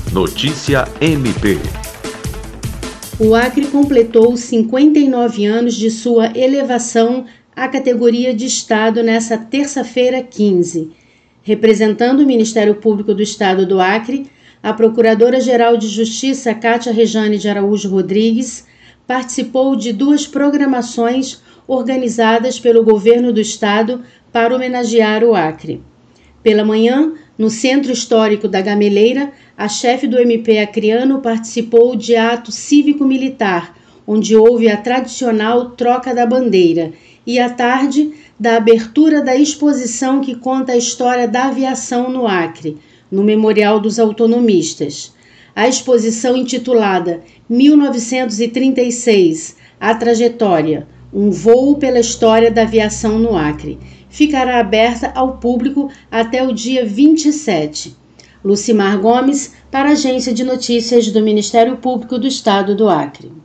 Notícia MP. O Acre completou 59 anos de sua elevação à categoria de Estado nesta terça-feira 15. Representando o Ministério Público do Estado do Acre, a Procuradora-Geral de Justiça, Kátia Rejane de Araújo Rodrigues, participou de duas programações organizadas pelo Governo do Estado para homenagear o Acre. Pela manhã, no Centro Histórico da Gameleira, a chefe do MP acreano participou de ato cívico-militar, onde houve a tradicional troca da bandeira, e à tarde, da abertura da exposição que conta a história da aviação no Acre, no Memorial dos Autonomistas. A exposição intitulada 1936, A Trajetória, um voo pela história da aviação no Acre, ficará aberta ao público até o dia 27. Lucimar Gomes, para a Agência de Notícias do Ministério Público do Estado do Acre.